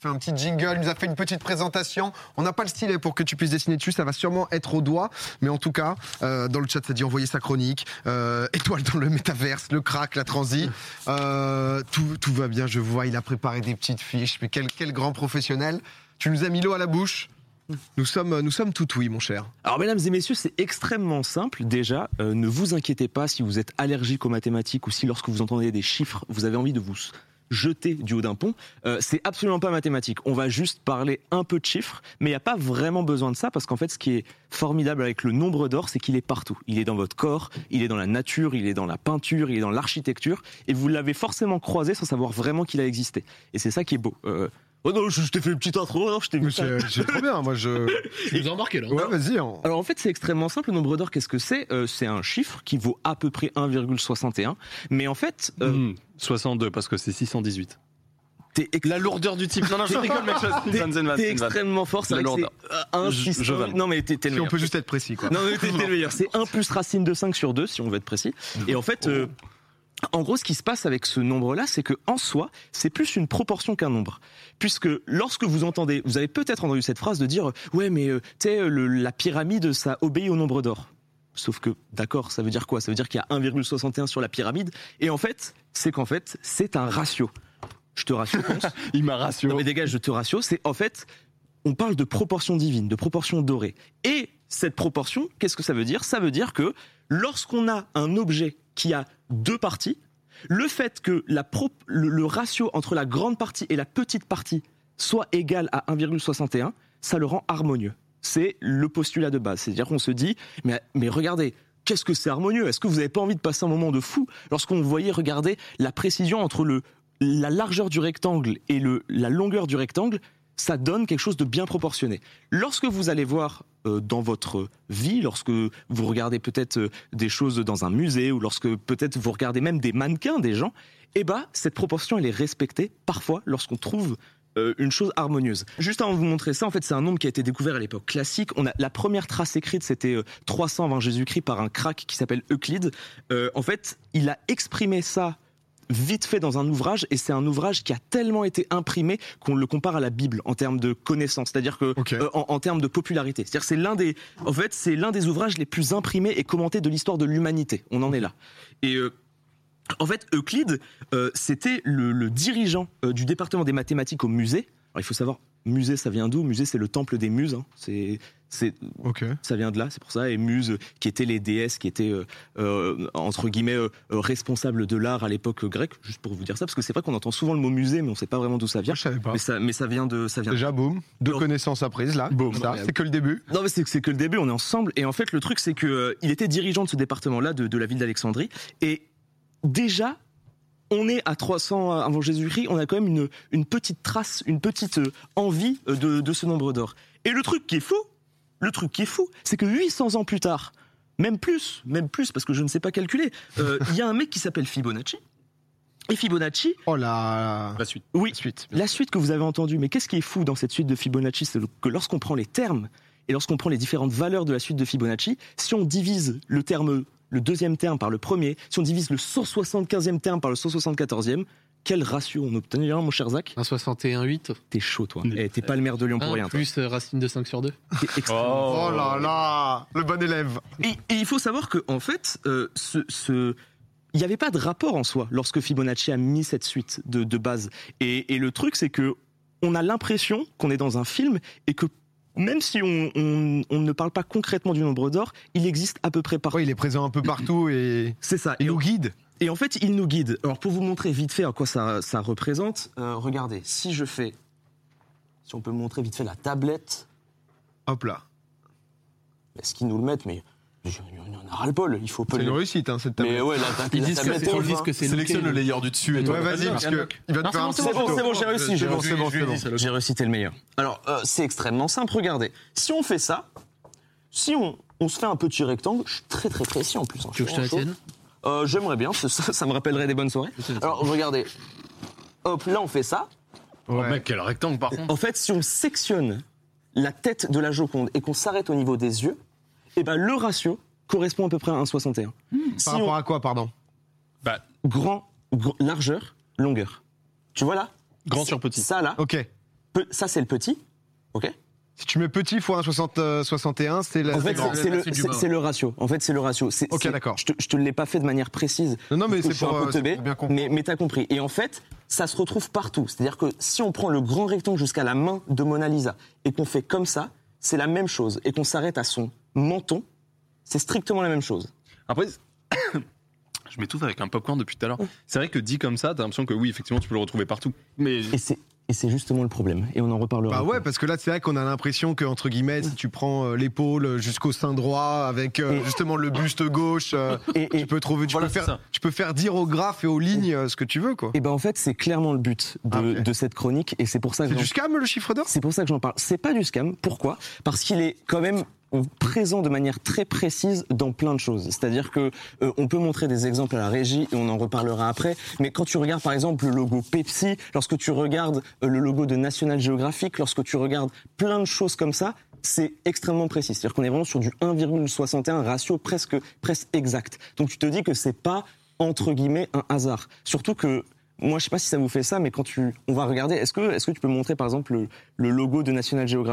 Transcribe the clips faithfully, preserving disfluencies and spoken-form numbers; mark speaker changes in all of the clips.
Speaker 1: fait un petit jingle, il nous a fait une petite présentation. On n'a pas le stylet pour que tu puisses dessiner dessus, ça va sûrement être au doigt. Mais en tout cas, euh, dans le chat, ça dit envoyer sa chronique. Euh, étoile dans le métaverse, le crack, la transi. Euh, tout, tout va bien, je vois, il a préparé des petites fiches. Mais quel, quel grand professionnel. Tu nous as mis l'eau à la bouche. Nous sommes, nous sommes tout oui, mon cher.
Speaker 2: Alors, mesdames et messieurs, c'est extrêmement simple. Déjà, euh, ne vous inquiétez pas si vous êtes allergique aux mathématiques ou si lorsque vous entendez des chiffres, vous avez envie de vous jeter du haut d'un pont. Euh, c'est absolument pas mathématique. On va juste parler un peu de chiffres, mais il n'y a pas vraiment besoin de ça parce qu'en fait, ce qui est formidable avec le nombre d'or, c'est qu'il est partout. Il est dans votre corps, il est dans la nature, il est dans la peinture, il est dans l'architecture, et vous l'avez forcément croisé sans savoir vraiment qu'il a existé. Et c'est ça qui est beau. Euh, Oh non, je, je t'ai fait une petite intro, non, je t'ai vu ça.
Speaker 1: C'est, c'est trop bien, moi je...
Speaker 3: Tu nous as embarqué là.
Speaker 1: Ouais, vas-y. Hein.
Speaker 2: Alors en fait, c'est extrêmement simple, le nombre d'or, qu'est-ce que c'est euh, C'est un chiffre qui vaut à peu près un virgule soixante et un, mais en fait... Euh,
Speaker 4: mmh, soixante-deux, parce que c'est six cent dix-huit.
Speaker 2: T'es ex-
Speaker 4: La lourdeur du type. Non, non, je rigole, mec, je
Speaker 2: T'es,
Speaker 4: c'est une vanne,
Speaker 2: t'es
Speaker 4: c'est une vanne.
Speaker 2: extrêmement fort, c'est
Speaker 4: La
Speaker 2: vrai que
Speaker 4: lourdeur.
Speaker 2: c'est euh, un,
Speaker 4: Je-
Speaker 2: six,
Speaker 4: je
Speaker 2: un-
Speaker 4: vanne.
Speaker 2: Non mais t'es, t'es le
Speaker 1: Si on
Speaker 2: meilleur.
Speaker 1: peut juste être précis, quoi.
Speaker 2: Non mais t'es, t'es le meilleur, c'est un plus racine de cinq sur deux, si on veut être précis. Et en fait... Euh, En gros, ce qui se passe avec ce nombre-là, c'est que en soi, c'est plus une proportion qu'un nombre. Puisque lorsque vous entendez, vous avez peut-être entendu cette phrase de dire « Ouais, mais euh, tu sais, le- la pyramide, ça obéit au nombre d'or ». Sauf que, d'accord, ça veut dire quoi ? Ça veut dire qu'il y a un virgule soixante et un sur la pyramide. Et en fait, c'est qu'en fait, c'est un ratio. Je te ratio, Ponce.
Speaker 4: Il m'a rassuré.
Speaker 2: Non mais dégage, je te ratio. C'est en fait, on parle de proportion divine, de proportion dorée. Et cette proportion, qu'est-ce que ça veut dire ? Ça veut dire que lorsqu'on a un objet qui a deux parties, le fait que la pro- le, le ratio entre la grande partie et la petite partie soit égal à un virgule soixante et un, ça le rend harmonieux. C'est le postulat de base. C'est-à-dire qu'on se dit, mais, mais regardez, qu'est-ce que c'est harmonieux ? Est-ce que vous n'avez pas envie de passer un moment de fou lorsqu'on voyait, regardez, la précision entre le, la largeur du rectangle et le, la longueur du rectangle ? Ça donne quelque chose de bien proportionné. Lorsque vous allez voir euh, dans votre vie, lorsque vous regardez peut-être euh, des choses dans un musée, ou lorsque peut-être vous regardez même des mannequins, des gens, eh ben, cette proportion, elle est respectée parfois lorsqu'on trouve euh, une chose harmonieuse. Juste avant de vous montrer ça, en fait, c'est un nombre qui a été découvert à l'époque classique. On a, la première trace écrite, c'était euh, trois cents avant Jésus-Christ par un crack qui s'appelle Euclide. Euh, en fait, il a exprimé ça vite fait dans un ouvrage, et c'est un ouvrage qui a tellement été imprimé qu'on le compare à la Bible en termes de connaissances, c'est-à-dire que
Speaker 1: Okay.
Speaker 2: euh, en, en termes de popularité. C'est-à-dire que c'est l'un des, en fait, c'est l'un des ouvrages les plus imprimés et commentés de l'histoire de l'humanité. On en est là. Et euh, en fait, Euclide, euh, c'était le, le dirigeant euh, du département des mathématiques au musée. Alors il faut savoir, musée, ça vient d'où ? Musée, c'est le temple des muses. Hein. C'est, c'est,
Speaker 1: Ok.
Speaker 2: ça vient de là, c'est pour ça. Et muses, qui étaient les déesses, qui étaient euh, euh, entre guillemets euh, responsables de l'art à l'époque grecque. Juste pour vous dire ça, parce que c'est vrai qu'on entend souvent le mot musée, mais on ne sait pas vraiment d'où ça vient.
Speaker 1: Je savais pas.
Speaker 2: Mais ça, mais ça vient de, ça vient.
Speaker 1: Déjà, boum, deux
Speaker 2: Alors-
Speaker 1: connaissances apprises là.
Speaker 2: Boum.
Speaker 1: Ça, c'est que le début.
Speaker 2: Non, mais c'est, c'est que le début, on est ensemble. Et en fait, le truc, c'est que euh, il était dirigeant de ce département-là, de, de la ville d'Alexandrie. Et déjà, on est à trois cents avant Jésus-Christ, on a quand même une, une petite trace, une petite euh, envie euh, de, de ce nombre d'or. Et le truc qui est fou, le truc qui est fou, c'est que huit cents ans plus tard, même plus, même plus, parce que je ne sais pas calculer, euh, il y a un mec qui s'appelle Fibonacci. Et Fibonacci,
Speaker 1: Oh là.
Speaker 4: La suite.
Speaker 2: oui,
Speaker 1: Suite.
Speaker 2: la suite que vous avez entendue, mais qu'est-ce qui est fou dans cette suite de Fibonacci, c'est que lorsqu'on prend les termes et lorsqu'on prend les différentes valeurs de la suite de Fibonacci, si on divise le terme, le deuxième terme par le premier, si on divise le cent soixante-quinzième terme par le cent soixante-quatorzième, quel ratio on obtient, hein, mon cher Zach ?
Speaker 3: un soixante et un virgule huit.
Speaker 2: T'es chaud, toi. Eh, t'es pas le maire de Lyon pour
Speaker 3: un
Speaker 2: rien. toi.
Speaker 3: plus euh, racine de cinq sur deux.
Speaker 2: T'es extrêmement-
Speaker 1: Oh là là. Le bon élève.
Speaker 2: Et, et il faut savoir que en fait, euh, ce, ce... il n'y avait pas de rapport en soi lorsque Fibonacci a mis cette suite de, de base. Et, et le truc, c'est que on a l'impression qu'on est dans un film et que même si on, on, on ne parle pas concrètement du nombre d'or, il existe à peu près partout.
Speaker 1: Ouais, il est présent un peu partout et
Speaker 2: C'est ça.
Speaker 1: il
Speaker 2: Et,
Speaker 1: nous guide.
Speaker 2: et en fait, il nous guide. Alors pour vous montrer vite fait à quoi ça, ça représente, euh, regardez, si je fais, si on peut montrer vite fait la tablette,
Speaker 1: Hop là.
Speaker 2: est-ce qu'ils nous le mettent, mais il y en a ras-le-bol, il faut pas
Speaker 1: C'est
Speaker 2: le...
Speaker 1: une réussite, hein, cette
Speaker 2: Mais
Speaker 1: tablette.
Speaker 2: ouais, la, ta-
Speaker 3: Ils
Speaker 2: la
Speaker 3: disent que
Speaker 2: tablette
Speaker 3: c'est,
Speaker 2: est
Speaker 3: ils
Speaker 2: ouf,
Speaker 3: disent
Speaker 2: hein.
Speaker 3: que c'est
Speaker 4: Sélectionne le
Speaker 3: looké.
Speaker 4: layer du dessus et
Speaker 1: Ouais,
Speaker 4: toi.
Speaker 1: vas-y, parce que il va te
Speaker 3: Non,
Speaker 1: faire un
Speaker 3: c'est
Speaker 1: petit
Speaker 3: bon,
Speaker 2: C'est bon,
Speaker 1: tuto.
Speaker 2: c'est bon, j'ai réussi.
Speaker 1: C'est bon,
Speaker 2: j'ai
Speaker 1: c'est bon, c'est bon.
Speaker 2: réussi, J'ai réussi, t'es le meilleur. Alors, euh, c'est extrêmement simple, regardez. Si on fait ça, si on, on se fait un petit rectangle, je suis très très précis en plus. Hein,
Speaker 3: Tu veux que je te la
Speaker 2: suis
Speaker 3: tienne
Speaker 2: chaud. euh, J'aimerais bien, ça, ça me rappellerait des bonnes soirées. Alors, regardez. Hop, là on fait ça.
Speaker 4: Oh
Speaker 1: Ouais.
Speaker 4: mec, quel rectangle par contre.
Speaker 2: En fait, si on sectionne la tête de la Joconde et qu'on s'arrête au niveau des yeux, eh ben, le ratio correspond à peu près à un virgule soixante et un. Si
Speaker 1: Par
Speaker 2: on-
Speaker 1: rapport à quoi, pardon?
Speaker 4: Bah,
Speaker 2: grand, gr- largeur, longueur. Tu vois là
Speaker 4: grand sur petit.
Speaker 2: Ça là,
Speaker 1: Ok.
Speaker 2: Pe- ça, c'est le petit. OK ?
Speaker 1: Si tu mets petit fois un virgule soixante et un, c'est la.
Speaker 2: En fait,
Speaker 1: c'est grand.
Speaker 2: c'est, c'est le,
Speaker 3: c'est du
Speaker 2: c'est,
Speaker 3: bas.
Speaker 2: c'est le ratio. En fait, c'est le ratio. C'est,
Speaker 1: Ok,
Speaker 2: c'est-
Speaker 1: d'accord.
Speaker 2: Je te, je te l'ai pas fait de manière précise.
Speaker 1: Non, non, mais
Speaker 2: parce que
Speaker 1: c'est
Speaker 2: je suis
Speaker 1: pour,
Speaker 2: un peu
Speaker 1: euh, c'est
Speaker 2: teubé,
Speaker 1: pour bien comprendre.
Speaker 2: mais, mais t'as compris. Et en fait, ça se retrouve partout. C'est-à-dire que si on prend le grand rectangle jusqu'à la main de Mona Lisa et qu'on fait comme ça, c'est la même chose. Et qu'on s'arrête à son menton, c'est strictement la même chose.
Speaker 4: Après, je m'étouffe avec un popcorn depuis tout à l'heure. C'est vrai que dit comme ça, t'as l'impression que oui, effectivement, tu peux le retrouver partout. Mais
Speaker 2: Et c'est, et c'est justement le problème. Et on en reparlera.
Speaker 1: Bah ouais,
Speaker 2: après.
Speaker 1: parce que là, c'est vrai qu'on a l'impression que, entre guillemets, si tu prends euh, l'épaule jusqu'au sein droit, avec euh,
Speaker 2: Et-
Speaker 1: justement le buste gauche, euh,
Speaker 2: Et, et-
Speaker 1: tu peux trouver, tu,
Speaker 4: Voilà,
Speaker 1: peux
Speaker 4: c'est
Speaker 1: faire,
Speaker 4: ça.
Speaker 1: tu peux faire dire aux graphes et aux lignes euh, ce que tu veux, quoi.
Speaker 2: et ben en fait, c'est clairement le but de,
Speaker 1: Ah, ok.
Speaker 2: de cette chronique. Et c'est pour ça que
Speaker 1: C'est
Speaker 2: j'en-
Speaker 1: du scam, le chiffre d'or
Speaker 2: C'est pour ça que j'en parle. C'est pas du scam. Pourquoi ? Parce qu'il est quand même présent de manière très précise dans plein de choses. C'est-à-dire que euh, on peut montrer des exemples à la régie et on en reparlera après. Mais quand tu regardes par exemple le logo Pepsi, lorsque tu regardes euh, le logo de National Geographic, lorsque tu regardes plein de choses comme ça, c'est extrêmement précis. C'est-à-dire qu'on est vraiment sur du un virgule soixante et un ratio presque presque exact. Donc tu te dis que c'est pas entre guillemets un hasard. Surtout que moi, je sais pas si ça vous fait ça, mais quand tu, on va regarder, est-ce que, est-ce que tu peux montrer par exemple le, le logo de National Geographic ?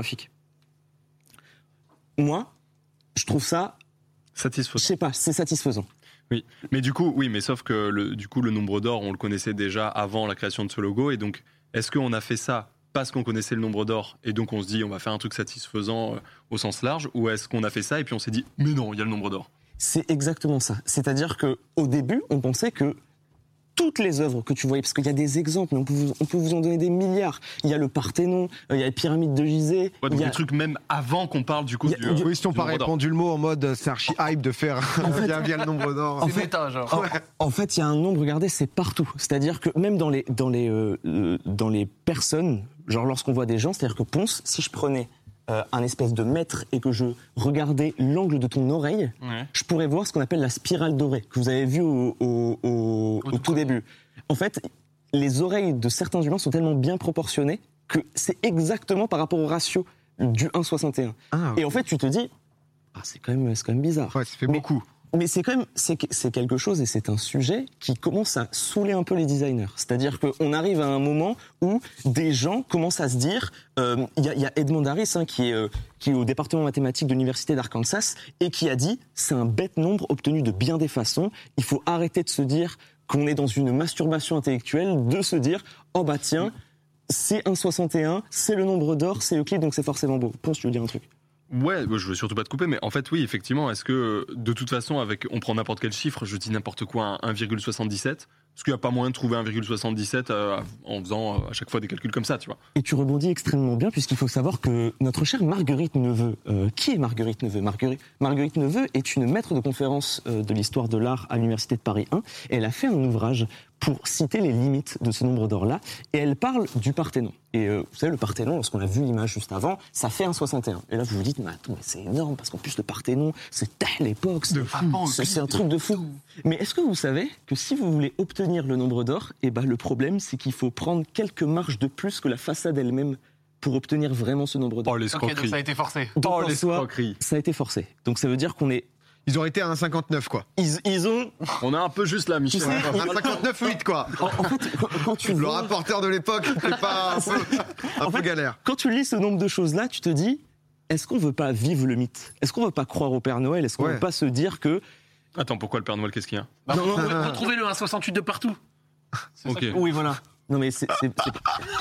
Speaker 2: Moi, je trouve ça, je
Speaker 4: satisfaisant.
Speaker 2: sais pas, c'est satisfaisant.
Speaker 4: Oui, mais du coup, oui, mais sauf que le, du coup, le nombre d'or, on le connaissait déjà avant la création de ce logo, et donc, est-ce qu'on a fait ça parce qu'on connaissait le nombre d'or, et donc on se dit, on va faire un truc satisfaisant euh, au sens large, ou est-ce qu'on a fait ça et puis on s'est dit, mais non, il y a le nombre d'or.
Speaker 2: C'est exactement ça. C'est-à-dire que au début, on pensait que toutes les œuvres que tu voyais, parce qu'il y a des exemples, mais on peut vous, on peut vous en donner des milliards. Il y a le Parthénon, euh, il y a les pyramides de Gizeh.
Speaker 4: Ouais, donc
Speaker 2: il y a...
Speaker 4: des trucs même avant qu'on parle du coup
Speaker 2: Il y a-
Speaker 4: du.
Speaker 2: il y a-
Speaker 4: euh,
Speaker 1: Oui, si on
Speaker 4: du
Speaker 1: pas
Speaker 4: nombre d'or.
Speaker 1: répandu le mot en mode euh, c'est archi hype de faire via, via le nombre d'or.
Speaker 2: En
Speaker 3: C'est
Speaker 2: fait-
Speaker 3: méta, genre.
Speaker 2: En fait, il y a un nombre, regardez, c'est partout. C'est-à-dire que même dans les, dans les, euh, euh, dans les personnes, genre lorsqu'on voit des gens, c'est-à-dire que Ponce, si je prenais euh, un espèce de mètre et que je regardais l'angle de ton oreille,
Speaker 4: Ouais.
Speaker 2: je pourrais voir ce qu'on appelle la spirale dorée, que vous avez vu au, au- au- au tout début. En fait, les oreilles de certains humains sont tellement bien proportionnées que c'est exactement par rapport au ratio du un virgule soixante et un.
Speaker 1: Ah,
Speaker 2: Et en fait, tu te dis, ah, c'est quand même, c'est quand même bizarre.
Speaker 1: ouais, ça fait
Speaker 2: Mais-
Speaker 1: beaucoup.
Speaker 2: Mais c'est quand même c'est, c'est quelque chose et c'est un sujet qui commence à saouler un peu les designers. C'est-à-dire qu'on arrive à un moment où des gens commencent à se dire, euh, il y, a, il y a Edmond Harris hein, qui, est, euh, qui est au département mathématique de l'université d'Arkansas et qui a dit c'est un bête nombre obtenu de bien des façons. Il faut arrêter de se dire qu'on est dans une masturbation intellectuelle, de se dire oh bah tiens c'est un virgule soixante et un, c'est le nombre d'or, c'est Euclide donc c'est forcément beau. Pense tu veux dire un truc.
Speaker 4: Ouais, bah, je veux surtout pas te couper, mais en fait, oui, effectivement, est-ce que de toute façon, avec, on prend n'importe quel chiffre, je dis n'importe quoi, un un virgule soixante-dix-sept, est-ce qu'il n'y a pas moyen de trouver un virgule soixante-dix-sept euh, en faisant euh, à chaque fois des calculs comme ça, tu vois?
Speaker 2: Et tu rebondis extrêmement bien, puisqu'il faut savoir que notre chère Marguerite Neveu, euh, qui est Marguerite Neveu Marguerite, Marguerite Neveu est une maître de conférence euh, de l'histoire de l'art à l'Université de Paris un, et elle a fait un ouvrage pour citer les limites de ce nombre d'or-là, et elle parle du Parthénon. Et euh, vous savez, le Parthénon, lorsqu'on a vu l'image juste avant, ça fait un virgule soixante et un. Et là, vous vous dites, mais attends, mais c'est énorme, parce qu'en plus, le Parthénon, c'est telle époque, c'est, c'est, c'est un truc de fou. Mais est-ce que vous savez que si vous voulez obtenir le nombre d'or, eh ben, le problème, c'est qu'il faut prendre quelques marges de plus que la façade elle-même pour obtenir vraiment ce nombre d'or.
Speaker 4: Oh, les
Speaker 3: Ok, donc
Speaker 4: escroqueries.
Speaker 3: ça a été forcé.
Speaker 2: Donc,
Speaker 4: Oh,
Speaker 2: en
Speaker 4: les
Speaker 2: soi,
Speaker 4: escroqueries.
Speaker 2: ça a été forcé. Donc ça veut dire qu'on est...
Speaker 1: Ils auraient été à un virgule cinquante-neuf, quoi.
Speaker 2: Ils, ils ont...
Speaker 4: On a un peu juste là,
Speaker 2: Tu
Speaker 4: Michel.
Speaker 2: sais,
Speaker 1: Un virgule cinquante-neuf huit, quoi.
Speaker 2: en, en fait, quand, quand tu
Speaker 1: Le
Speaker 2: vois-
Speaker 1: rapporteur de l'époque, c'est pas un peu, un
Speaker 2: En
Speaker 1: peu
Speaker 2: fait,
Speaker 1: galère.
Speaker 2: quand tu lis ce nombre de choses-là, tu te dis, est-ce qu'on veut pas vivre le mythe ? Est-ce qu'on veut pas croire au Père Noël ? Est-ce qu'on
Speaker 1: Ouais.
Speaker 2: veut pas se dire que...
Speaker 4: Attends, pourquoi le Père Noël, qu'est-ce qu'il y a?
Speaker 3: Bah,
Speaker 2: Non, non,
Speaker 3: re-
Speaker 1: non.
Speaker 3: retrouvez le un virgule soixante-huit de partout. C'est ça
Speaker 4: Ok.
Speaker 3: que-
Speaker 2: Oui, voilà. Non mais c'est... c'est- c'est-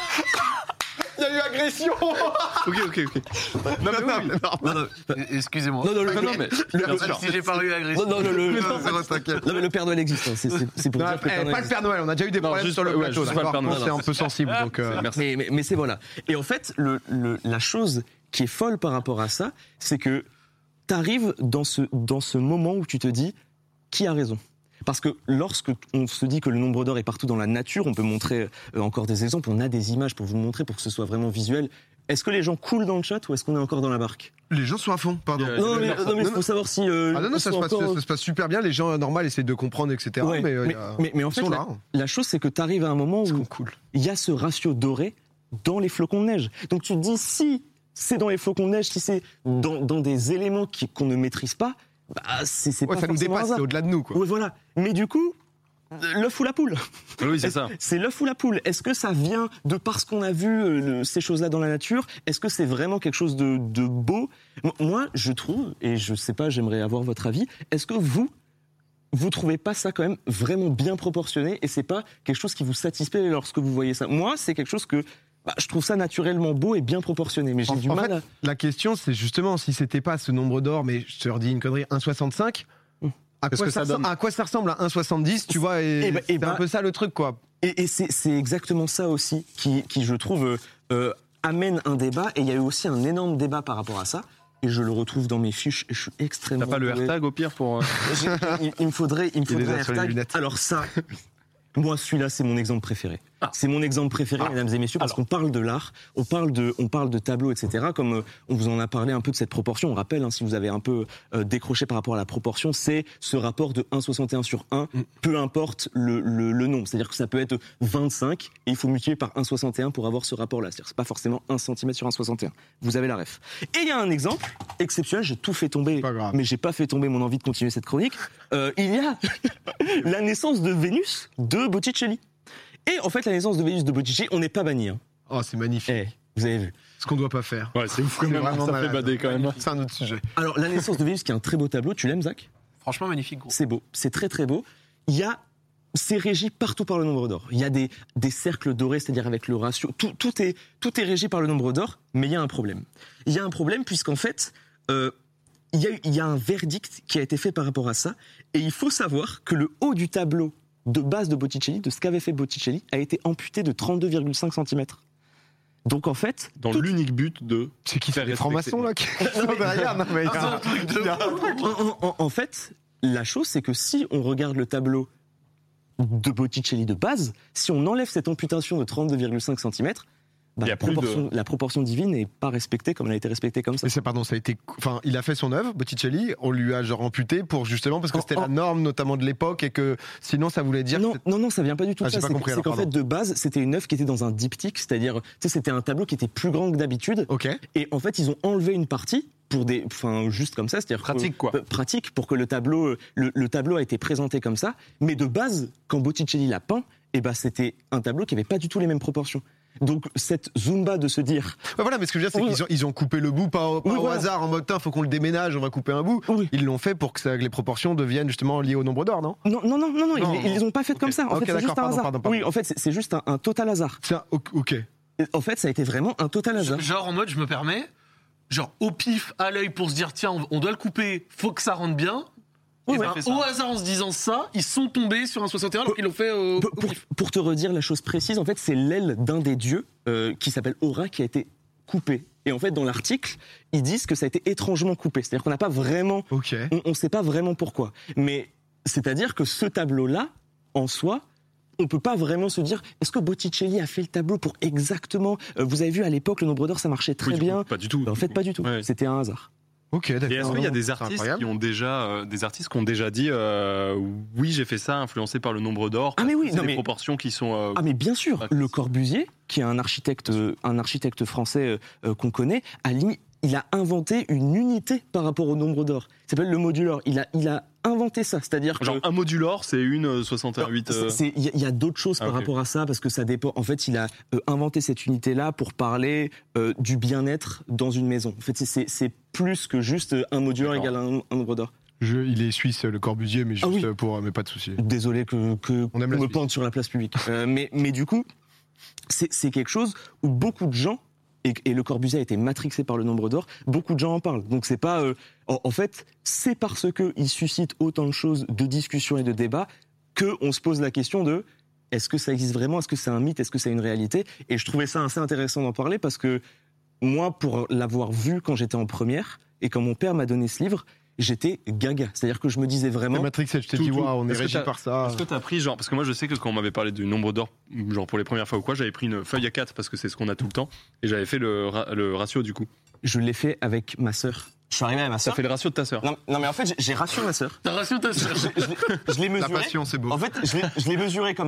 Speaker 1: Il y a eu agression.
Speaker 4: Ok, ok, ok. Non, mais oui, oui.
Speaker 2: Non, non,
Speaker 3: Excusez-moi.
Speaker 2: non, non, le-
Speaker 4: Non, non, mais. Bien sûr.
Speaker 3: Si j'ai pas eu agressif.
Speaker 2: non, non, le- le-
Speaker 1: Non, c'est vrai, t'inquiète.
Speaker 2: non, mais le Père Noël existe. hein. C'est, c'est- c'est pour
Speaker 1: Non,
Speaker 2: dire que le Père
Speaker 1: eh,
Speaker 2: Noël
Speaker 1: pas le Père Noël, on a déjà eu des
Speaker 4: Non,
Speaker 1: problèmes
Speaker 4: juste-
Speaker 1: sur le
Speaker 4: ouais,
Speaker 1: plateau,
Speaker 4: juste pas le
Speaker 1: d'accord.
Speaker 4: Père Noël.
Speaker 1: C'est un peu sensible, donc. euh,
Speaker 4: Merci.
Speaker 2: Mais, mais, mais c'est voilà. Et en fait, le, le- la chose qui est folle par rapport à ça, c'est que tu arrives dans ce, dans ce moment où tu te dis qui a raison. Parce que lorsque on se dit que le nombre d'or est partout dans la nature, on peut montrer euh, encore des exemples, on a des images pour vous montrer, pour que ce soit vraiment visuel. Est-ce que les gens coulent dans le chat ou est-ce qu'on est encore dans la barque ?
Speaker 1: Les gens sont à fond, pardon.
Speaker 4: Euh,
Speaker 2: Non, mais
Speaker 4: non,
Speaker 2: non, mais il
Speaker 1: non,
Speaker 2: faut savoir si... euh,
Speaker 1: Ah non, non,
Speaker 2: ils
Speaker 1: ça se,
Speaker 2: sont
Speaker 1: passe,
Speaker 2: encore-
Speaker 1: ça se passe super bien. Les gens euh, normaux essaient de comprendre, et cetera.
Speaker 2: Ouais,
Speaker 1: mais, euh,
Speaker 2: mais,
Speaker 1: il y a-
Speaker 2: mais- mais en
Speaker 1: ils
Speaker 2: fait,
Speaker 1: sont
Speaker 2: la,
Speaker 1: là.
Speaker 2: la chose, c'est que tu arrives à un moment
Speaker 1: Ils
Speaker 2: où
Speaker 1: sont cool.
Speaker 2: il y a ce ratio doré dans les flocons de neige. Donc tu te dis, si c'est dans les flocons de neige, si c'est dans, dans des éléments qui, qu'on ne maîtrise pas, bah, c'est, c'est
Speaker 1: Ouais,
Speaker 2: pas
Speaker 1: ça nous
Speaker 2: forcément
Speaker 1: dépasse,
Speaker 2: hasard.
Speaker 1: c'est au-delà de nous, quoi.
Speaker 2: Ouais, voilà. Mais du coup, l'œuf ou la poule.
Speaker 4: Oui, c'est
Speaker 2: Est-ce-
Speaker 4: ça.
Speaker 2: C'est l'œuf ou la poule. Est-ce que ça vient de parce qu'on a vu euh, le- ces choses-là dans la nature? Est-ce que c'est vraiment quelque chose de, de beau? Mo- Moi, je trouve, et je sais pas, j'aimerais avoir votre avis, est-ce que vous, vous trouvez pas ça quand même vraiment bien proportionné et c'est pas quelque chose qui vous satisfait lorsque vous voyez ça? Moi, c'est quelque chose que bah, je trouve ça naturellement beau et bien proportionné, mais j'ai
Speaker 1: En-
Speaker 2: du
Speaker 1: en
Speaker 2: mal
Speaker 1: fait,
Speaker 2: à...
Speaker 1: La question, c'est justement si c'était pas ce nombre d'or, mais je te redis une connerie, un virgule soixante-cinq. À
Speaker 4: Qu'est-ce
Speaker 1: quoi,
Speaker 4: que
Speaker 1: ça
Speaker 4: ça
Speaker 1: ressemble,
Speaker 4: donne
Speaker 1: à quoi ça ressemble à un virgule soixante-dix, tu vois, et
Speaker 2: Eh ben- eh
Speaker 1: c'est
Speaker 2: ben-
Speaker 1: un peu ça le truc, quoi.
Speaker 2: Et, et c'est c'est exactement ça aussi qui, qui je trouve, euh, euh, amène un débat. Et il y a eu aussi un énorme débat par rapport à ça. Et je le retrouve dans mes fiches. Et je suis extrêmement.
Speaker 4: T'as pas le
Speaker 2: doué.
Speaker 4: AirTag au pire pour. euh,
Speaker 2: J'ai- il, il me faudrait, il me
Speaker 1: Il les
Speaker 2: faudrait
Speaker 1: a
Speaker 2: un
Speaker 1: sur les
Speaker 2: AirTag.
Speaker 1: lunettes.
Speaker 2: Alors ça, moi celui-là c'est mon exemple préféré.
Speaker 3: Ah.
Speaker 2: C'est mon exemple préféré,
Speaker 3: Ah.
Speaker 2: mesdames et messieurs, parce
Speaker 3: Alors.
Speaker 2: qu'on parle de l'art, on parle de, on parle de tableaux, et cetera. Comme euh, on vous en a parlé un peu de cette proportion. On rappelle, hein, si vous avez un peu euh, décroché par rapport à la proportion, c'est ce rapport de un virgule soixante et un sur un,
Speaker 1: Mm.
Speaker 2: peu importe le, le, le nombre. C'est-à-dire que ça peut être vingt-cinq et il faut multiplier par un virgule soixante et un pour avoir ce rapport-là. C'est-à-dire que c'est pas forcément un centimètre sur un virgule soixante et un. Vous avez la ref. Et il y a un exemple exceptionnel. J'ai tout fait tomber,
Speaker 1: Pas grave.
Speaker 2: mais j'ai pas fait tomber mon envie de continuer cette chronique. Euh, il y a la naissance de Vénus de Botticelli. Et en fait, la naissance de Vénus de Botticelli, on n'est pas banni. Hein.
Speaker 1: Oh, c'est magnifique.
Speaker 2: Eh, vous avez vu.
Speaker 1: Ce qu'on doit pas faire.
Speaker 4: Ouais, c'est ouf quand
Speaker 1: C'est
Speaker 4: même.
Speaker 1: vraiment
Speaker 4: Ça
Speaker 1: malade.
Speaker 4: fait bader quand même.
Speaker 1: C'est un autre sujet.
Speaker 2: Alors, la naissance de Vénus, qui est un très beau tableau, tu l'aimes, Zach?
Speaker 3: Franchement, magnifique, gros.
Speaker 2: C'est beau, c'est très très beau. Il y a, c'est régi partout par le nombre d'or. Il y a des, des cercles dorés, c'est-à-dire avec le ratio. Tout, tout, est, tout est régi par le nombre d'or, mais il y a un problème. Il y a un problème puisqu'en fait, euh, il y, a, il y a un verdict qui a été fait par rapport à ça. Et il faut savoir que le haut du tableau de base de Botticelli, de ce qu'avait fait Botticelli, a été amputé de trente-deux virgule cinq centimètres. Donc en fait,
Speaker 4: Dans
Speaker 2: tout-
Speaker 4: l'unique but de.
Speaker 1: C'est qui
Speaker 4: Faire
Speaker 1: fait les
Speaker 4: respecter.
Speaker 1: francs-maçons, là qui sont derrière? Non, mais il y
Speaker 3: Ah,
Speaker 1: a-
Speaker 3: c'est un truc de
Speaker 1: il y a un
Speaker 3: ouf.
Speaker 1: truc.
Speaker 2: En, en- en fait, la chose, c'est que si on regarde le tableau de Botticelli de base, si on enlève cette amputation de trente-deux virgule cinq centimètres, bah,
Speaker 4: Il y a
Speaker 2: la,
Speaker 4: plus de-
Speaker 2: proportion, la proportion divine n'est pas respectée comme elle a été respectée comme ça.
Speaker 1: Mais c'est pardon, ça a été, enfin, il a fait son œuvre, Botticelli. On lui a genre amputé pour justement parce que
Speaker 2: En-
Speaker 1: c'était
Speaker 2: en-
Speaker 1: la norme, notamment de l'époque, et que sinon ça voulait dire.
Speaker 2: Non,
Speaker 1: que
Speaker 2: non, non, ça vient pas du tout
Speaker 1: Ah,
Speaker 2: de
Speaker 1: j'ai
Speaker 2: ça.
Speaker 1: pas
Speaker 2: C'est
Speaker 1: compris,
Speaker 2: c'est
Speaker 1: alors,
Speaker 2: qu'en fait,
Speaker 1: pardon.
Speaker 2: de base, c'était une œuvre qui était dans un diptyque, c'est-à-dire, tu sais, c'était un tableau qui était plus grand que d'habitude.
Speaker 1: Ok.
Speaker 2: Et en fait, ils ont enlevé une partie pour des, enfin, juste comme ça, c'est-à-dire
Speaker 3: Pratique,
Speaker 2: que-
Speaker 3: quoi.
Speaker 2: euh, pratique pour que le tableau, le, le tableau a été présenté comme ça. Mais de base, quand Botticelli l'a peint, eh ben, c'était un tableau qui avait pas du tout les mêmes proportions. Donc cette zumba de se dire,
Speaker 1: Ouais, voilà, mais ce que je veux dire, c'est
Speaker 2: Oui.
Speaker 1: qu'ils ont, ils ont coupé le bout pas, au- pas
Speaker 2: Oui,
Speaker 1: au
Speaker 2: voilà.
Speaker 1: hasard en mode, il faut qu'on le déménage, on va couper un bout.
Speaker 2: oui.
Speaker 1: Ils l'ont fait pour que, ça- que les proportions deviennent justement liées au nombre d'or, non?
Speaker 2: Non, non, non, non, non,
Speaker 1: Non,
Speaker 2: ils, ils les ont pas faites
Speaker 1: ok.
Speaker 2: comme ça. En
Speaker 1: Ok,
Speaker 2: fait, c'est
Speaker 1: d'accord,
Speaker 2: juste un
Speaker 1: pardon,
Speaker 2: hasard.
Speaker 1: pardon, pardon.
Speaker 2: Oui, en fait, c'est c'est juste un, un total hasard.
Speaker 1: Ça, ok. ok.
Speaker 2: Et en fait, ça a été vraiment un total hasard.
Speaker 3: Genre en mode, je me permets, genre au pif, à l'œil pour se dire, tiens, on- on doit le couper, faut que ça rentre bien.
Speaker 2: Oui,
Speaker 3: Et
Speaker 2: ouais.
Speaker 3: ben, au hasard, en se disant ça, ils sont tombés sur un soixante et un alors qu'ils l'ont fait euh,
Speaker 2: Pour,
Speaker 3: au
Speaker 2: pour-
Speaker 3: pif.
Speaker 2: pour te redire la chose précise, en fait, c'est l'aile d'un des dieux euh, qui s'appelle Aura qui a été coupée. Et en fait, dans l'article, ils disent que ça a été étrangement coupé. C'est-à-dire qu'on n'a pas vraiment,
Speaker 1: Ok.
Speaker 2: on ne sait pas vraiment pourquoi. Mais c'est-à-dire que ce tableau-là, en soi, on peut pas vraiment se dire, est-ce que Botticelli a fait le tableau pour exactement. euh, vous avez vu à l'époque, le nombre d'or, ça marchait très
Speaker 4: Oui, du coup,
Speaker 2: bien.
Speaker 4: Pas du tout.
Speaker 2: Ben, en fait, pas du tout.
Speaker 4: Ouais.
Speaker 2: C'était un hasard.
Speaker 1: Ok, d'accord.
Speaker 4: Et est-ce qu'il y a des
Speaker 1: C'est
Speaker 4: artistes
Speaker 1: incroyable.
Speaker 4: qui ont déjà, euh, des artistes qui ont déjà dit, euh, oui, j'ai fait ça, influencé par le nombre d'or.
Speaker 2: Ah, mais oui,
Speaker 4: c'est
Speaker 2: non,
Speaker 4: des
Speaker 2: mais-
Speaker 4: proportions qui sont. euh,
Speaker 2: Ah mais bien sûr,
Speaker 4: Ah,
Speaker 2: Le Corbusier, qui est un architecte, euh, un architecte français euh, euh, qu'on connaît, a li- il a inventé une unité par rapport au nombre d'or. Il s'appelle le modulor. Il a, il a inventé ça, c'est-à-dire que
Speaker 4: Genre un modulor, c'est une euh, soixante et huit. euh,
Speaker 2: c'est- c'est- il y a- il y a, d'autres choses
Speaker 4: Ah,
Speaker 2: par
Speaker 4: ok.
Speaker 2: rapport à ça parce que ça dépend. En fait, il a euh, inventé cette unité-là pour parler euh, du bien-être dans une maison. En fait, c'est- c'est c'est plus que juste euh, un modulor
Speaker 4: D'accord.
Speaker 2: égale un, un nombre d'or.
Speaker 1: Je- il est suisse, le Corbusier, mais juste
Speaker 2: Ah oui.
Speaker 1: euh, pour, mais pas de souci.
Speaker 2: Désolé que, que
Speaker 1: On aime la
Speaker 2: me
Speaker 1: Suisse.
Speaker 2: pende sur la place publique. Euh, mais, mais du coup, c'est c'est quelque chose où beaucoup de gens, et, et Le Corbusier a été matrixé par le nombre d'or, beaucoup de gens en parlent. Donc c'est pas... euh, en, en fait, c'est parce qu'il suscite autant de choses, de discussions et de débats, qu'on se pose la question de est-ce que ça existe vraiment? Est-ce que c'est un mythe? Est-ce que c'est une réalité? Et je trouvais ça assez intéressant d'en parler parce que moi, pour l'avoir vu quand j'étais en première, et quand mon père m'a donné ce livre, j'étais gaga. C'est-à-dire que je me disais vraiment...
Speaker 1: C'est Matrix, je t'ai
Speaker 4: Tout,
Speaker 1: dit,
Speaker 4: tout.
Speaker 1: waouh, on est
Speaker 4: Est-ce que
Speaker 1: régi
Speaker 4: t'as-
Speaker 1: par ça.
Speaker 4: Est-ce que t'as pris genre parce que moi je sais que quand on m'avait parlé du nombre d'or genre pour les premières fois ou quoi j'avais pris une feuille à quatre parce que c'est ce qu'on a tout le temps et j'avais fait le, ra- le ratio du coup.
Speaker 2: Je l'ai fait avec ma sœur. Je suis arrivé avec ma
Speaker 4: T'as
Speaker 2: sœur.
Speaker 4: fait le ratio de ta sœur.
Speaker 2: Non, non, mais en fait, j'ai- j'ai rassuré ma sœur.
Speaker 3: T'as ratio ta sœur.
Speaker 2: Je, je l'ai- je l'ai
Speaker 1: La
Speaker 2: mesuré.
Speaker 1: passion, c'est beau.
Speaker 2: En fait, je l'ai- je l'ai mesuré comme ça.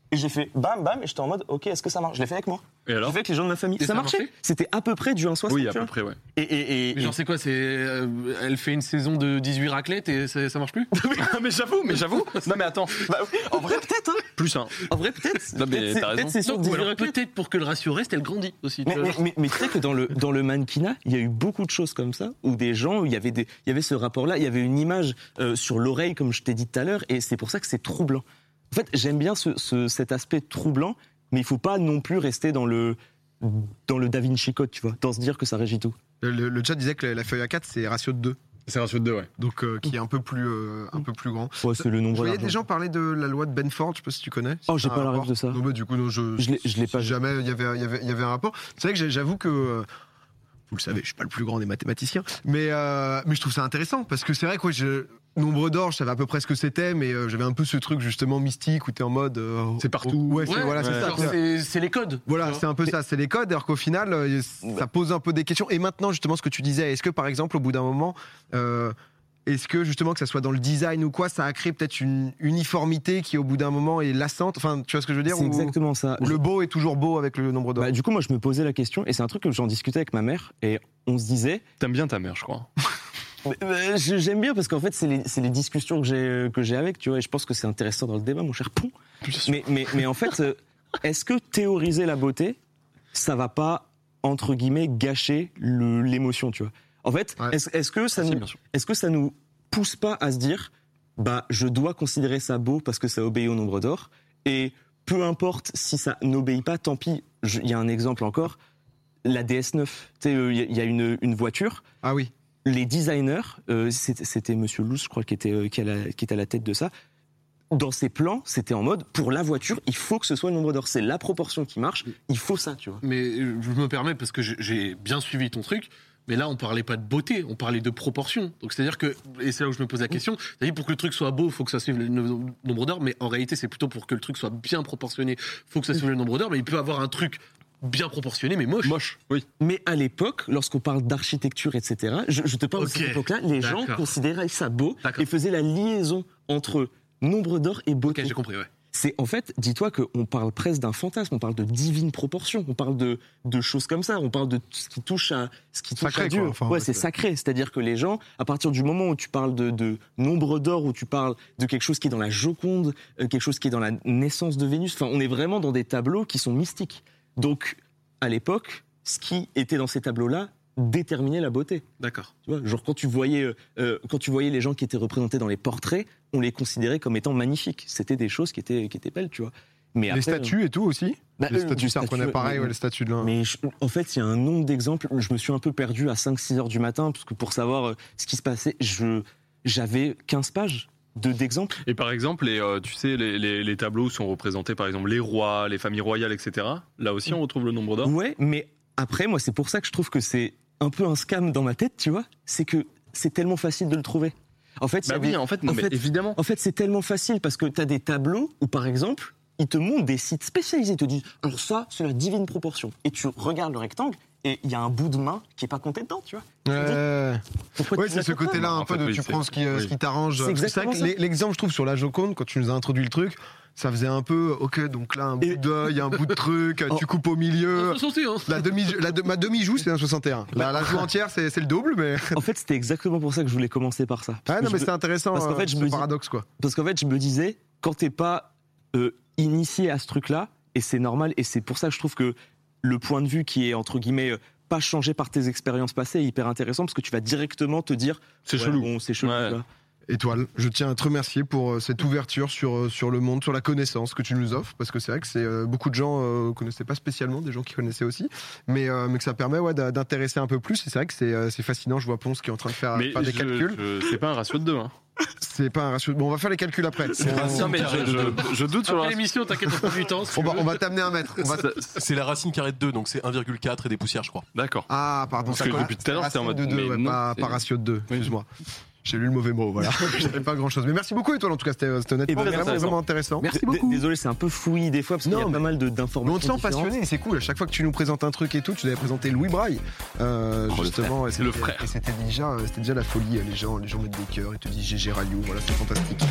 Speaker 2: Et j'ai fait bam, bam, et j'étais en mode, ok, est-ce que ça marche? Je l'ai fait avec moi.
Speaker 4: Et
Speaker 2: Je
Speaker 4: alors
Speaker 2: l'ai fait avec les gens de ma famille.
Speaker 3: Et
Speaker 2: Ça,
Speaker 3: ça a
Speaker 2: marchait.
Speaker 3: marché
Speaker 2: C'était à peu près du un virgule soixante.
Speaker 4: Oui, à
Speaker 2: tu
Speaker 4: peu
Speaker 2: vois.
Speaker 4: près, ouais.
Speaker 2: Et, et, et,
Speaker 3: Mais genre, c'est quoi? C'est euh, elle fait une saison de dix-huit raclettes et ça, ça marche plus?
Speaker 4: mais j'avoue, mais j'avoue. Non, mais attends.
Speaker 2: Bah oui, en vrai, peut-être, hein.
Speaker 4: Plus un.
Speaker 2: En vrai, peut-être.
Speaker 4: Non, mais
Speaker 2: Peut-être c'est-
Speaker 4: t'as raison.
Speaker 2: peut-être c'est sur
Speaker 3: Non, ou
Speaker 2: dix-huit
Speaker 3: alors
Speaker 2: raclettes.
Speaker 3: peut-être pour que le ratio reste, elle grandit aussi. tu
Speaker 2: Mais,
Speaker 3: vois,
Speaker 2: mais,
Speaker 3: genre.
Speaker 2: mais, mais tu sais que dans le, dans le mannequinat, il y a eu beaucoup de choses comme ça, où des gens, il y avait, des, il y avait ce rapport-là, il y avait une image euh, sur l'oreille, comme je t'ai dit tout à l'heure, et c'est pour ça que c'est troublant. En fait, j'aime bien ce, ce, cet aspect troublant, mais il faut pas non plus rester dans le, dans le Da Vinci Code, tu vois, dans se dire que ça régit tout.
Speaker 1: Le, le chat disait que la feuille A quatre, c'est ratio de deux.
Speaker 4: C'est ratio de deux, ouais.
Speaker 1: Donc, euh, qui est un peu plus, euh, un peu plus grand.
Speaker 2: Ouais, c'est le
Speaker 1: Je
Speaker 2: nombre
Speaker 1: voyais
Speaker 2: d'argent.
Speaker 1: des gens parler de la loi de Benford, je sais pas si tu connais.
Speaker 2: Oh, j'ai
Speaker 1: C'est
Speaker 2: pas
Speaker 1: un
Speaker 2: la ref
Speaker 1: rapport.
Speaker 2: de ça.
Speaker 1: Non, bah, du coup, non, je,
Speaker 2: Je l'ai- je l'ai pas
Speaker 1: si
Speaker 2: vu.
Speaker 1: jamais il y avait, il y avait, il y avait un rapport. C'est vrai que j'ai- j'avoue que, euh, vous le savez, je suis pas le plus grand des mathématiciens, mais, euh, mais je trouve ça intéressant parce que c'est vrai que ouais, je, nombre d'or, je savais à peu près ce que c'était, mais euh, j'avais un peu ce truc justement mystique où t'es en mode. euh,
Speaker 4: C'est partout.
Speaker 1: Ouais, c'est,
Speaker 3: Ouais,
Speaker 1: voilà, c'est
Speaker 4: ouais.
Speaker 1: ça.
Speaker 3: Genre,
Speaker 1: c'est-
Speaker 3: c'est c'est les codes.
Speaker 1: Voilà,
Speaker 3: tu vois.
Speaker 1: c'est un peu ça, c'est les codes, alors qu'au final, euh, ça pose un peu des questions. Et maintenant, justement, ce que tu disais, est-ce que par exemple, au bout d'un moment, euh, est-ce que justement, que ça soit dans le design ou quoi, ça a créé peut-être une uniformité qui, au bout d'un moment, est lassante? Enfin, tu vois ce que je veux dire?
Speaker 2: C'est
Speaker 1: Ou-
Speaker 2: exactement ça.
Speaker 1: ou le beau est toujours beau avec le nombre d'or.
Speaker 2: Bah, du coup, moi, je me posais la question, et c'est un truc que j'en discutais avec ma mère, et on se disait,
Speaker 4: T'aimes bien ta mère, je crois.
Speaker 2: Mais, euh, je- j'aime bien parce qu'en fait, c'est les, c'est les discussions que j'ai, que j'ai avec, tu vois, et je pense que c'est intéressant dans le débat, mon cher Pont. Mais, mais, mais en fait, euh, est-ce que théoriser la beauté, ça va pas, entre guillemets, gâcher le- l'émotion, tu vois? En fait,
Speaker 1: Ouais.
Speaker 2: est-ce, est-ce que ça
Speaker 4: Si,
Speaker 2: nous,
Speaker 4: bien sûr.
Speaker 2: est-ce que ça nous pousse pas à se dire, bah, je dois considérer ça beau parce que ça obéit au nombre d'or, et peu importe si ça n'obéit pas, tant pis. Je- Il y a un exemple encore, la D S neuf. Tu sais, euh, il y a- il y a une, une voiture.
Speaker 1: Ah oui.
Speaker 2: Les designers, euh, c'était, c'était Monsieur Luce, je crois, qui était, euh, qui, a la- qui était à la tête de ça. Dans ses plans, c'était en mode, pour la voiture, il faut que ce soit le nombre d'or. C'est la proportion qui marche, il faut ça, tu vois.
Speaker 3: Mais euh, je me permets parce que j'ai- j'ai bien suivi ton truc. Mais là, on parlait pas de beauté, on parlait de proportion. Donc c'est-à-dire que, et c'est là où je me pose la question, c'est-à-dire pour que le truc soit beau, il faut que ça suive le no- nombre d'or, mais en réalité, c'est plutôt pour que le truc soit bien proportionné, il faut que ça suive le nombre d'or, mais il peut avoir un truc bien proportionné, mais moche.
Speaker 4: Moche, oui.
Speaker 2: Mais à l'époque, lorsqu'on parle d'architecture, et cetera, je, je te parle de
Speaker 3: Ok.
Speaker 2: cette époque-là, les gens
Speaker 3: D'accord.
Speaker 2: considéraient ça beau
Speaker 3: D'accord.
Speaker 2: et faisaient la liaison entre nombre d'or et
Speaker 3: Ok,
Speaker 2: beauté.
Speaker 3: j'ai compris, ouais.
Speaker 2: C'est en fait, dis-toi qu'on parle presque d'un fantasme, on parle de divine proportion, on parle de, de choses comme ça, on parle de ce qui touche à ce qui touche
Speaker 1: Sacré,
Speaker 2: à Dieu.
Speaker 1: quoi. Enfin,
Speaker 2: ouais,
Speaker 1: ouais,
Speaker 2: c'est
Speaker 1: c'est-
Speaker 2: sacré, c'est-à-dire que les gens, à partir du moment où tu parles de, de nombre d'or, où tu parles de quelque chose qui est dans la Joconde, euh, quelque chose qui est dans la naissance de Vénus, enfin, on est vraiment dans des tableaux qui sont mystiques. Donc, à l'époque, ce qui était dans ces tableaux-là déterminait la beauté.
Speaker 3: D'accord.
Speaker 2: Tu vois, genre quand tu voyais, euh, euh, quand tu voyais les gens qui étaient représentés dans les portraits, on les considérait comme étant magnifiques. C'était des choses qui étaient, qui étaient belles, tu vois. Mais
Speaker 1: Les
Speaker 2: après,
Speaker 1: statues et tout aussi.
Speaker 2: bah,
Speaker 1: les
Speaker 2: euh,
Speaker 1: statues,
Speaker 2: les
Speaker 1: ça reprenait
Speaker 2: statues,
Speaker 1: pareil,
Speaker 2: mais-
Speaker 1: ouais, les statues de l'un.
Speaker 2: Mais je- en fait, il y a un nombre d'exemples. Je me suis un peu perdu à cinq six heures du matin, parce que pour savoir euh, ce qui se passait, je, j'avais quinze pages de, d'exemples.
Speaker 4: Et par exemple, les, euh, tu sais, les, les- les tableaux où sont représentés, par exemple, les rois, les familles royales, et cetera. Là aussi, on retrouve le nombre d'or.
Speaker 2: Ouais, mais après, moi, c'est pour ça que je trouve que c'est un peu un scam dans ma tête, tu vois. C'est que c'est tellement facile de le trouver. En fait, il y
Speaker 4: Bah
Speaker 2: avait-
Speaker 4: oui, en fait, non,
Speaker 2: en
Speaker 4: mais
Speaker 2: fait-
Speaker 4: évidemment.
Speaker 2: En fait, c'est tellement facile parce que tu as des tableaux où, par exemple, ils te montrent des sites spécialisés. Ils te disent, alors ça, c'est la divine proportion. Et tu regardes le rectangle et il y a un bout de main qui est pas compté dedans, tu vois.
Speaker 1: Ouais,
Speaker 2: Pourquoi
Speaker 1: ouais
Speaker 2: tu
Speaker 1: c'est ce
Speaker 2: l'acceptes pas
Speaker 1: côté-là un
Speaker 4: En
Speaker 1: peu
Speaker 4: fait,
Speaker 1: de
Speaker 4: oui,
Speaker 1: tu
Speaker 4: c'est-
Speaker 1: prends ce qui, euh, ce
Speaker 4: oui.
Speaker 1: qui t'arrange.
Speaker 2: C'est
Speaker 1: Parce que
Speaker 2: exactement
Speaker 1: vrai que
Speaker 2: ça.
Speaker 1: l'e- l'exemple, je trouve, sur la Joconde, quand tu nous as introduit le truc, ça faisait un peu, ok, donc là, un bout
Speaker 2: Et-
Speaker 1: d'œil, un bout de truc,
Speaker 2: Oh.
Speaker 1: tu coupes au milieu.
Speaker 3: Attention, hein.
Speaker 1: La demi, la de- ma demi-joue, c'est un soixante et un. La, la joue entière, c'est c'est le double, mais.
Speaker 2: En fait, c'était exactement pour ça que je voulais commencer par ça. Parce
Speaker 1: Ah
Speaker 2: que
Speaker 1: non,
Speaker 2: je
Speaker 1: mais
Speaker 2: me-
Speaker 1: c'est intéressant,
Speaker 2: parce qu'en
Speaker 1: euh,
Speaker 2: fait, je
Speaker 1: ce
Speaker 2: me dis-
Speaker 1: paradoxe, quoi.
Speaker 2: Parce qu'en fait, je me disais, quand t'es pas euh, initié à ce truc-là, et c'est normal, et c'est pour ça que je trouve que le point de vue qui est, entre guillemets, euh, pas changé par tes expériences passées est hyper intéressant, parce que tu vas directement te dire...
Speaker 4: C'est
Speaker 2: ouais,
Speaker 4: chelou.
Speaker 2: Bon, c'est chelou.
Speaker 4: Ouais.
Speaker 2: tu vois.
Speaker 1: Étoile, je tiens à te remercier pour euh, cette ouverture sur, euh, sur le monde, sur la connaissance que tu nous offres, parce que c'est vrai que c'est euh, beaucoup de gens euh, connaissaient pas spécialement, des gens qui connaissaient aussi, mais, euh, mais que ça permet ouais, d'a- d'intéresser un peu plus. Et c'est vrai que c'est euh, c'est fascinant. Je vois Ponce qui est en train de faire,
Speaker 4: Mais
Speaker 1: faire des
Speaker 4: je-
Speaker 1: calculs.
Speaker 4: je- c'est pas un ratio de deux. Hein.
Speaker 1: C'est pas un ratio. Bon, on va faire les calculs après. On,
Speaker 4: Non, mais je, je- je doute sur le
Speaker 3: Après
Speaker 4: ratio.
Speaker 3: l'émission, t'inquiète, on prend du temps. si
Speaker 1: on
Speaker 3: tu
Speaker 1: va,
Speaker 3: veux.
Speaker 1: on va t'amener un mètre. On va t-
Speaker 5: C'est la racine carrée de deux, donc c'est un virgule quatre et des poussières, je crois.
Speaker 4: D'accord.
Speaker 1: Ah, pardon.
Speaker 4: Parce
Speaker 1: ça
Speaker 4: que
Speaker 1: colle.
Speaker 4: depuis tout à l'heure, c'était en
Speaker 1: Racine
Speaker 4: mode,
Speaker 1: de deux,
Speaker 4: mais
Speaker 1: ouais,
Speaker 4: non,
Speaker 1: pas,
Speaker 4: c'est-
Speaker 1: pas ratio de deux. Excuse-moi. J'ai lu le mauvais mot, voilà. J'avais pas grand chose. Mais merci beaucoup, Étoile, en tout cas, c'était c'était honnêtement
Speaker 2: Et ben,
Speaker 1: vraiment,
Speaker 2: intéressant.
Speaker 1: vraiment intéressant.
Speaker 3: Merci
Speaker 2: D-
Speaker 3: beaucoup.
Speaker 2: Désolé, c'est un peu fouillis des fois, parce qu'il y
Speaker 1: Non,
Speaker 2: a
Speaker 1: mais-
Speaker 2: pas mal de-
Speaker 1: Mais
Speaker 2: d'informations
Speaker 1: on te sent
Speaker 2: différentes.
Speaker 1: passionné et c'est cool. À chaque fois que tu nous présentes un truc et tout, tu nous avais présenté Louis Braille. Euh,
Speaker 4: Oh, le
Speaker 1: justement, et
Speaker 4: frère. C'est le
Speaker 1: c'était-
Speaker 4: frère.
Speaker 1: Et c'était déjà, c'était déjà la folie. Les gens, les gens mettent des cœurs et te disent G G Rayou. Voilà, c'est fantastique.